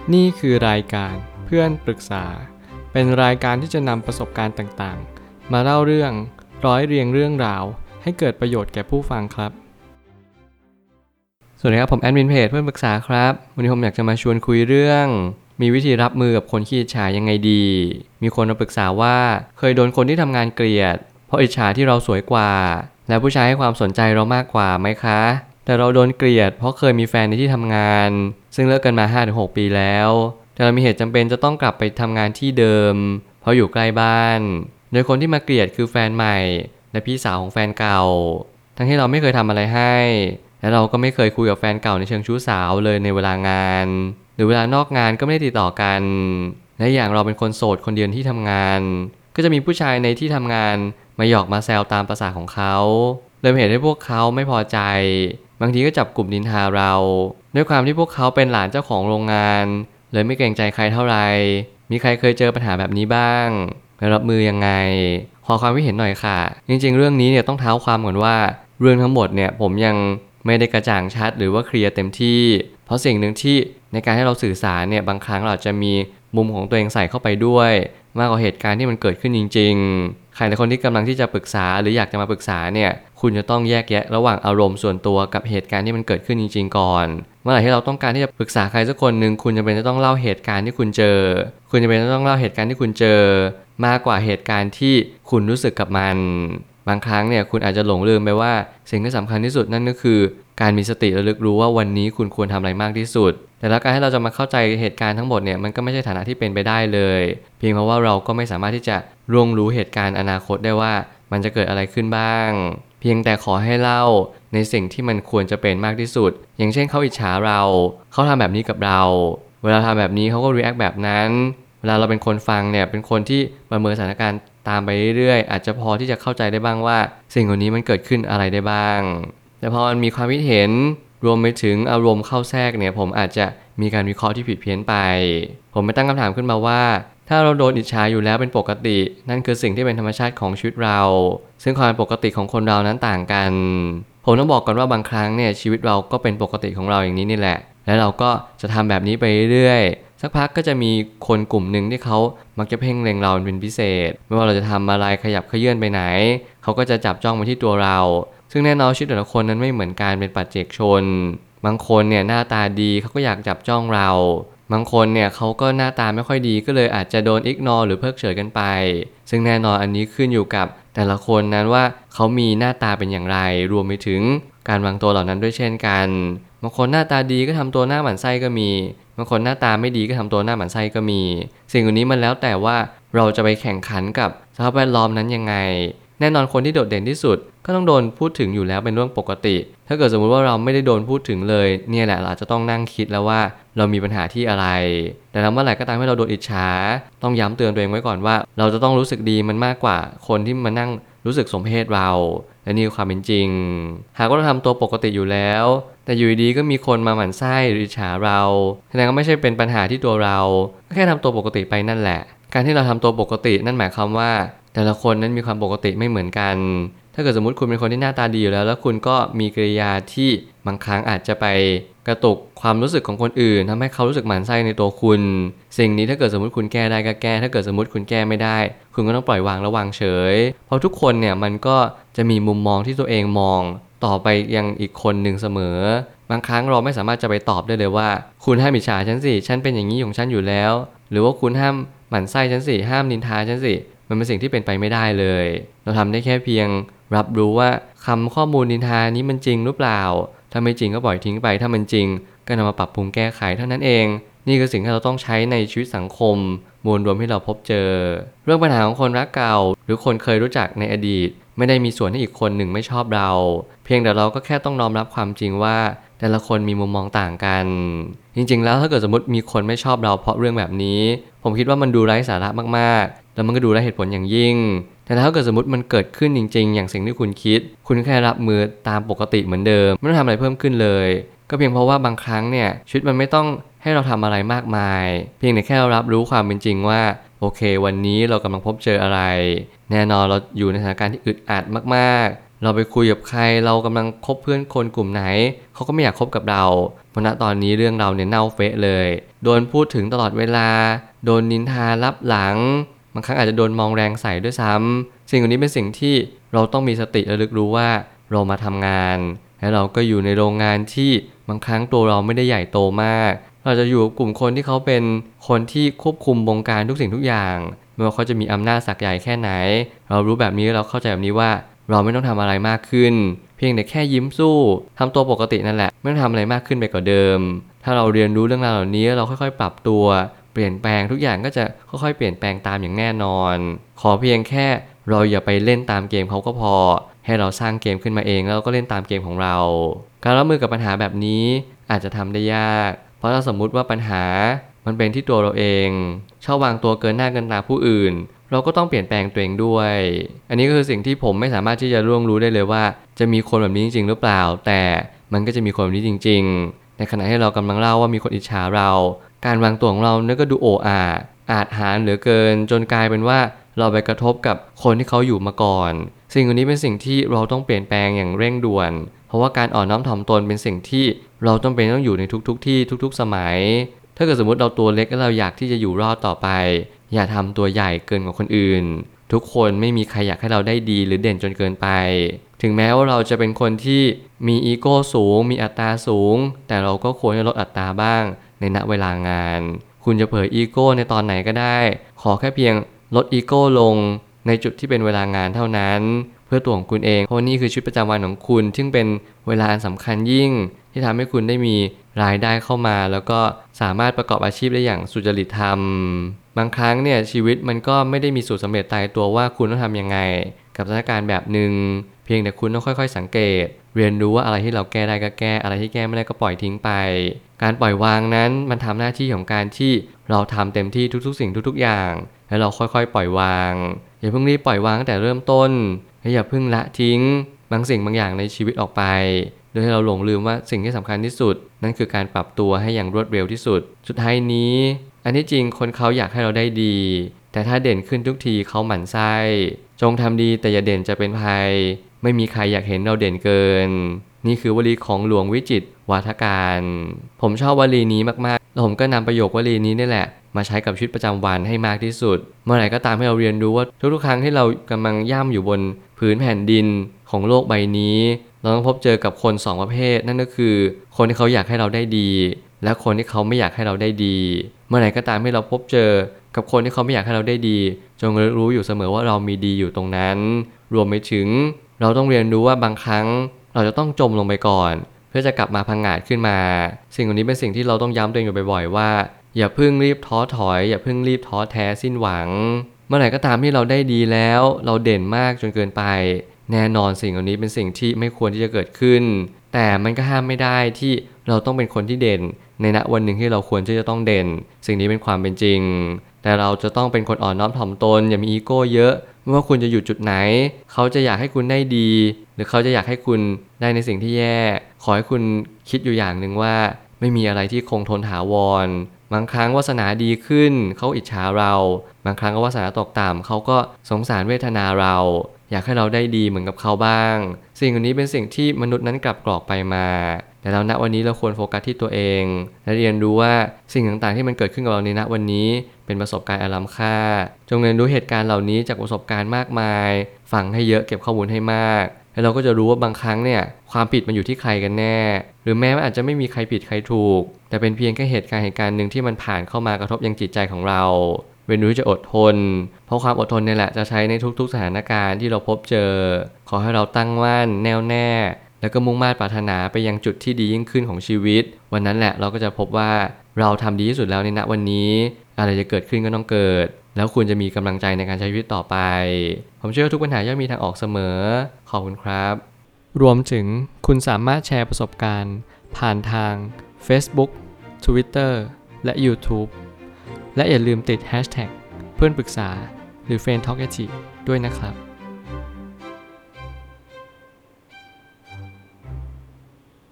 นี่คือรายการเพื่อนปรึกษาเป็นรายการที่จะนำประสบการณ์ต่างๆมาเล่าเรื่องร้อยเรียงเรื่องราวให้เกิดประโยชน์แก่ผู้ฟังครับสวัสดีครับผมแอดมินเพจเพื่อนปรึกษาครับวันนี้ผมอยากจะมาชวนคุยเรื่องมีวิธีรับมือกับคนขี้อิจฉายังไงดีมีคนมาปรึกษาว่าเคยโดนคนที่ทำงานเกลียดเพราะอิจฉาที่เราสวยกว่าและผู้ชายให้ความสนใจเรามากกว่าไหมคะแต่เราโดนเกลียดเพราะเคยมีแฟนในที่ทำงานซึ่งเลิกกันมา 5-6 ปีแล้วแต่เรามีเหตุจำเป็นจะต้องกลับไปทำงานที่เดิมเพราะอยู่ใกล้บ้านโดยคนที่มาเกลียดคือแฟนใหม่และพี่สาวของแฟนเก่าทั้งที่เราไม่เคยทำอะไรให้และเราก็ไม่เคยคุยกับแฟนเก่าในเชิงชู้สาวเลยในเวลางานหรือเวลานอกงานก็ไม่ได้ติดต่อกันและอย่างเราเป็นคนโสดคนเดียวที่ทำงานก็จะมีผู้ชายในที่ทำงานมาหยอกมาแซวตามประสาของเขาเลยเป็นเหตุให้พวกเขาไม่พอใจบางทีก็จับกลุ่มนินทาเราด้วยความที่พวกเขาเป็นหลานเจ้าของโรงงานเลยไม่เกรงใจใครเท่าไหร่มีใครเคยเจอปัญหาแบบนี้บ้างและรับมือยังไงขอความคิดเห็นหน่อยค่ะจริงๆเรื่องนี้เนี่ยต้องเท้าความก่อนว่าเรื่องทั้งหมดเนี่ยผมยังไม่ได้กระจ่างชัดหรือว่าเคลียร์เต็มที่เพราะสิ่งหนึ่งที่ในการให้เราสื่อสารเนี่ยบางครั้งเราจะมีมุมของตัวเองใส่เข้าไปด้วยมากกว่าเหตุการณ์ที่มันเกิดขึ้นจริงๆใครแต่คนที่กำลังที่จะปรึกษาหรืออยากจะมาปรึกษาเนี่ยคุณจะต้องแยกแยะระหว่างอารมณ์ส่วนตัวกับเหตุการณ์ที่มันเกิดขึ้นจริงๆก่อนเมื่อไหร่ที่เราต้องการที่จะปรึกษาใครสักคนหนึ่งคุณจำเป็นจะต้องเล่าเหตุการณ์ที่คุณเจอคุณจำเป็นจะต้องเล่าเหตุการณ์ที่คุณเจอมากกว่าเหตุการณ์ที่คุณรู้สึกกับมันบางครั้งเนี่ยคุณอาจจะหลงลืมไปว่าสิ่งที่สำคัญที่สุดนั่นก็คือการมีสติระลึกรู้ว่าวันนี้คุณควรทำอะไรมากที่สุดแต่แล้วการให้เราจะมาเข้าใจเหตุการณ์ทั้งหมดเนี่ยมันก็ไม่ใช่ฐานะที่เป็นไปได้เลยเพียงเพราะว่าเราก็ไม่สามารถที่จะล่วงรู้เหตุการณ์อนาคตได้ว่ามันจะเกิดอะไรขึ้นบ้างเพียงแต่ขอให้เล่าในสิ่งที่มันควรจะเป็นมากที่สุดอย่างเช่นเขาอิจฉาเราเขาทำแบบนี้กับเราเวลาทำแบบนี้เขาก็รีแอคแบบนั้นเวลาเราเป็นคนฟังเนี่ยเป็นคนที่ประเมินสถานการณ์ตามไปเรื่อยๆอาจจะพอที่จะเข้าใจได้บ้างว่าสิ่งเหล่านี้มันเกิดขึ้นอะไรได้บ้างแต่พอมันมีความคิดเห็นรวมไปถึงอารมณ์เข้าแทรกเนี่ยผมอาจจะมีการวิเคราะห์ที่ผิดเพี้ยนไปผมไม่ตั้งคำถามขึ้นมาว่าถ้าเราโดนอิจฉาอยู่แล้วเป็นปกตินั่นคือสิ่งที่เป็นธรรมชาติของชีวิตเราซึ่งความปกติของคนเรานั้นต่างกันผมต้องบอกก่อนว่าบางครั้งเนี่ยชีวิตเราก็เป็นปกติของเราอย่างนี้นี่แหละและเราก็จะทำแบบนี้ไปเรื่อยๆสักพักก็จะมีคนกลุ่มหนึ่งที่เขามักจะเพ่งเล็งเราเป็นพิเศษไม่ว่าเราจะทำอะไรขยับเขยื่อนไปไหนเขาก็จะจับจ้องมาที่ตัวเราซึ่งแน่นอนชีวิตแต่ละคนนั้นไม่เหมือนกันเป็นปัจเจกชนบางคนเนี่ยหน้าตาดีเขาก็อยากจับจ้องเราบางคนเนี่ยเขาก็หน้าตาไม่ค่อยดีก็เลยอาจจะโดนอิกนอร์หรือเพิกเฉยกันไปซึ่งแน่นอนอันนี้ขึ้นอยู่กับแต่ละคนนั้นว่าเขามีหน้าตาเป็นอย่างไรรวมไปถึงการวางตัวเหล่านั้นด้วยเช่นกันบางคนหน้าตาดีก็ทำตัวหน้าหมั่นไส้ก็มีบางคนหน้าตาไม่ดีก็ทำตัวหน้าหมั่นไส้ก็มีสิ่งเหล่านี้มันแล้วแต่ว่าเราจะไปแข่งขันกับสภาพแวดล้อมนั้นยังไงแน่นอนคนที่โดดเด่นที่สุดก็ต้องโดนพูดถึงอยู่แล้วเป็นเรื่องปกติถ้าเกิดสมมุติว่าเราไม่ได้โดนพูดถึงเลยเนี่ยแหละเราจะต้องนั่งคิดแล้วว่าเรามีปัญหาที่อะไรแต่เมื่อไหร่ก็ตามที่เราโดนอิจฉาต้องย้ำเตือนตัวเองไว้ก่อนว่าเราจะต้องรู้สึกดีมันมากกว่าคนที่มานั่งรู้สึกสมเพชเราและนี่คือความเป็นจริงหากว่าเราทำตัวปกติอยู่แล้วแต่อยู่ดีก็มีคนมาหมั่นไส้หรืออิจฉาเราแสดงว่าไม่ใช่เป็นปัญหาที่ตัวเราแค่ทำตัวปกติไปนั่นแหละการที่เราทำตัวปกตินั่นหมายความว่าแต่ละคนนั้นมีความปกติไม่เหมือนกันถ้าเกิดสมมติคุณเป็นคนที่หน้าตาดีอยู่แล้วคุณก็มีกริยาที่บางครั้งอาจจะไปกระตุกความรู้สึกของคนอื่นทำให้เขารู้สึกหมั่นไส้ในตัวคุณสิ่งนี้ถ้าเกิดสมมติคุณแก้ได้ก็แก้ถ้าเกิดสมมติคุณแก้ไม่ได้คุณก็ต้องปล่อยวางและวางเฉยเพราะทุกคนเนี่ยมันก็จะมีมุมมองที่ตัวเองมองต่อไปยังอีกคนหนึ่งเสมอบางครั้งเราไม่สามารถจะไปตอบได้เลยว่าคุณห้ามอิจฉาฉันสิฉันเป็นอย่างนี้ของฉันอยู่แล้วหรือว่าคุณห้ามหมั่นไส้ฉันสิห้ามนินทาฉันสิมันเป็นสิ่งที่เป็นไปไม่ได้เลยเราทำได้แค่เพียงรับรู้ว่าข้อมูลนินทานี้มันจริงหรือเปล่าถ้าไม่จริงก็ปล่อยทิ้งไปถ้ามันจริงก็นำมาปรับปรุงแก้ไขเท่านั้นเองนี่คือสิ่งที่เราต้องใช้ในชีวิตสังคมมวลรวมที่เราพบเจอเรื่องปัญหาของคนรักเก่าหรือคนเคยรู้จักในอดีตไม่ได้มีส่วนให้อีกคนหนึ่งไม่ชอบเราเพียงแต่เราก็แค่ต้องน้อมรับความจริงว่าแต่ละคนมีมุมมองต่างกันจริงๆแล้วถ้าเกิดสมมติมีคนไม่ชอบเราเพราะเรื่องแบบนี้ผมคิดว่ามันดูไร้สาระมากๆแล้วมันก็ดูไร้เหตุผลอย่างยิ่งแต่ถ้าเกิดสมมติมันเกิดขึ้นจริงๆอย่างสิ่งที่คุณคิดคุณแค่รับมือตามปกติเหมือนเดิมไม่ต้องทำอะไรเพิ่มขึ้นเลยก็เพียงเพราะว่าบางครั้งเนี่ยชีวิตมันไม่ต้องให้เราทำอะไรมากมายเพียงแต่แค่เรารับรู้ความเป็นจริงว่าโอเควันนี้เรากำลังพบเจออะไรแน่นอนเราอยู่ในสถานการณ์ที่อึดอัดมากๆเราไปคุยกับใครเรากำลังคบเพื่อนคนกลุ่มไหนเขาก็ไม่อยากคบกับเราเพราะณตอนนี้เรื่องเราเนี่ยเน่าเฟะเลยโดนพูดถึงตลอดเวลาโดนนินทาลับหลังบางครั้งอาจจะโดนมองแรงใส่ด้วยซ้ำสิ่งเหล่านี้เป็นสิ่งที่เราต้องมีสติระลึกรู้ว่าเรามาทำงานและเราก็อยู่ในโรงงานที่บางครั้งตัวเราไม่ได้ใหญ่โตมากเราจะอยู่กับกลุ่มคนที่เขาเป็นคนที่ควบคุมบงการทุกสิ่งทุกอย่างไม่ว่าเขาจะมีอำนาจศักย์ใหญ่แค่ไหนเรารู้แบบนี้เราเข้าใจแบบนี้ว่าเราไม่ต้องทำอะไรมากขึ้นเพียงแต่แค่ยิ้มสู้ทำตัวปกตินั่นแหละไม่ต้องทำอะไรมากขึ้นไปกว่าเดิมถ้าเราเรียนรู้เรื่องราวเหล่านี้เราค่อยๆปรับตัวเปลี่ยนแปลงทุกอย่างก็จะค่อยๆเปลี่ยนแปลงตามอย่างแน่นอนขอเพียงแค่เราอย่าไปเล่นตามเกมเขาก็พอให้เราสร้างเกมขึ้นมาเองแล้วก็เล่นตามเกมของเราการรับมือกับปัญหาแบบนี้อาจจะทำได้ยากเพราะถ้าสมมุติว่าปัญหามันเป็นที่ตัวเราเองชอบวางตัวเกินหน้าเกินตาผู้อื่นเราก็ต้องเปลี่ยนแปลงตัวเองด้วยอันนี้ก็คือสิ่งที่ผมไม่สามารถที่จะล่วงรู้ได้เลยว่าจะมีคนแบบนี้จริงๆหรือเปล่าแต่มันก็จะมีคนแบบนี้จริงๆในขณะที่เรากำลังเล่าว่ามีคนอิจฉาเราการวางตัวของเราเนี่ยก็ดูโอ้อาจหาญเหลือเกินจนกลายเป็นว่าเราไปกระทบกับคนที่เขาอยู่มาก่อนสิ่งเหล่านี้เป็นสิ่งที่เราต้องเปลี่ยนแปลงอย่างเร่งด่วนเพราะว่าการอ่อนน้อมถ่อมตนเป็นสิ่งที่เราต้องอยู่ในทุกที่ทุกๆสมัยถ้าเกิดสมมติเราตัวเล็กแล้วเราอยากที่จะอยู่รอดต่อไปอย่าทำตัวใหญ่เกินกว่าคนอื่นทุกคนไม่มีใครอยากให้เราได้ดีหรือเด่นจนเกินไปถึงแม้ว่าเราจะเป็นคนที่มีอีโก้สูงมีอัตราสูงแต่เราก็ควรจะลดอัตราบ้างในณเวลางานคุณจะเผยอีโก้ในตอนไหนก็ได้ขอแค่เพียงลดอีโก้ลงในจุดที่เป็นเวลางานเท่านั้นเพื่อตัวของคุณเองเพราะนี่คือชีวิตประจำวันของคุณซึ่งเป็นเวลาสำคัญยิ่งที่ทำให้คุณได้มีรายได้เข้ามาแล้วก็สามารถประกอบอาชีพได้อย่างสุจริตธรรมบางครั้งเนี่ยชีวิตมันก็ไม่ได้มีสูตรสำเร็จตายตัวว่าคุณต้องทำยังไงกับสถานการณ์แบบหนึ่งเพียงแต่คุณต้องค่อยๆสังเกตเรียนรู้ว่าอะไรที่เราแก้ได้ก็แก้อะไรที่แก้ไม่ได้ก็ปล่อยทิ้งไปการปล่อยวางนั้นมันทำหน้าที่ของการที่เราทำเต็มที่ทุกๆสิ่งทุกๆอย่างแล้วเราค่อยๆปล่อยวางอย่าเพิ่งรีบปล่อยวางตั้งแต่เริ่มต้นและอย่าเพิ่งละทิ้งบางสิ่งบางอย่างในชีวิตออกไปโดยให้เราหลงลืมว่าสิ่งที่สำคัญที่สุดนั่นคือการปรับตัวให้อย่างรวดเร็วที่สุดสุดท้ายนี้อันที่จริงคนเขาอยากให้เราได้ดีแต่ถ้าเด่นขึ้นทุกทีเขาหมั่นไส้จงทำดีแต่อย่าเด่นจะเป็นภัยไม่มีใครอยากเห็นเราเด่นเกินนี่คือวลีของหลวงวิจิตรวาทการผมชอบวลีนี้มากๆแล้วผมก็นำประโยควลีนี้นี่แหละมาใช้กับชีวิตประจำวันให้มากที่สุดเมื่อไหร่ก็ตามให้เราเรียนรู้ว่าทุกๆครั้งที่เรากำลังย่ำอยู่บนผืนแผ่นดินของโลกใบนี้เราต้องพบเจอกับคนสองประเภทนั่นก็คือคนที่เขาอยากให้เราได้ดีและคนที่เขาไม่อยากให้เราได้ดีเมื่อไหร่ก็ตามให้เราพบเจอกับคนที่เขาไม่อยากให้เราได้ดีจงรู้อยู่เสมอว่าเรามีดีอยู่ตรงนั้นรวมไปถึงเราต้องเรียนรู้ว่าบางครั้งเราจะต้องจมลงไปก่อนเพื่อจะกลับมาพังงาดขึ้นมาสิ่งเหล่านี้เป็นสิ่งที่เราต้องย้ำตัวเองอยู่บ่อยๆว่าอย่าเพิ่งรีบท้อถอยอย่าเพิ่งรีบท้อแท้สิ้นหวังเมื่อไหร่ก็ตามที่เราได้ดีแล้วเราเด่นมากจนเกินไปแน่นอนสิ่งเหล่านี้เป็นสิ่งที่ไม่ควรที่จะเกิดขึ้นแต่มันก็ห้ามไม่ได้ที่เราต้องเป็นคนที่เด่นในณวันหนึ่งที่เราควรที่จะต้องเด่นสิ่งนี้เป็นความเป็นจริงแต่เราจะต้องเป็นคนอ่อนน้อมถ่อมตนอย่ามีอีโก้เยอะไม่ว่าคุณจะอยู่จุดไหนเขาจะอยากให้คุณได้ดีหรือเขาจะอยากให้คุณได้ในสิ่งที่แย่ขอให้คุณคิดอยู่อย่างหนึ่งว่าไม่มีอะไรที่คงทนถาวรบางครั้งวาสนาดีขึ้นเขาอิจฉาเราบางครั้งก็วาสนาตกต่ำเขาก็สงสารเวทนาเราอยากให้เราได้ดีเหมือนกับเขาบ้างสิ่งเหล่านี้เป็นสิ่งที่มนุษย์นั้นกลับกรอกไปมาแต่เราณวันนี้เราควรโฟกัสที่ตัวเองและเรียนรู้ว่าสิ่งต่างๆที่มันเกิดขึ้นกับเราในณวันนี้เป็นประสบการณ์อันล้ำค่าจงเรียนรู้เหตุการณ์เหล่านี้จากประสบการณ์มากมายฟังให้เยอะเก็บข้อมูลให้มากแล้วเราก็จะรู้ว่าบางครั้งเนี่ยความผิดมันอยู่ที่ใครกันแน่หรือแม้ว่าอาจจะไม่มีใครผิดใครถูกแต่เป็นเพียงแค่เหตุการณ์หนึ่งที่มันผ่านเข้ามากระทบยังจิตใจของเราเรียนรู้จะอดทนเพราะความอดทนเนี่ยแหละจะใช้ในทุกๆสถานการณ์ที่เราพบเจอขอให้เราตั้งมั่นแน่วแน่แล้วก็มุ่งมั่นปรารถนาไปยังจุดที่ดียิ่งขึ้นของชีวิตวันนั้นแหละเราก็จะพบว่าเราทำดีที่สุดแล้วในณวันนี้อะไรจะเกิดขึ้นก็ต้องเกิดแล้วคุณจะมีกำลังใจในการใช้ชีวิตต่อไปผมเชื่อว่าทุกปัญหาย่อมมีทางออกเสมอขอบคุณครับรวมถึงคุณสามารถแชร์ประสบการณ์ผ่านทาง Facebook Twitter และ YouTube และอย่าลืมติด Hashtag เพื่อนปรึกษาหรือ Friend Talk ด้วยนะครับ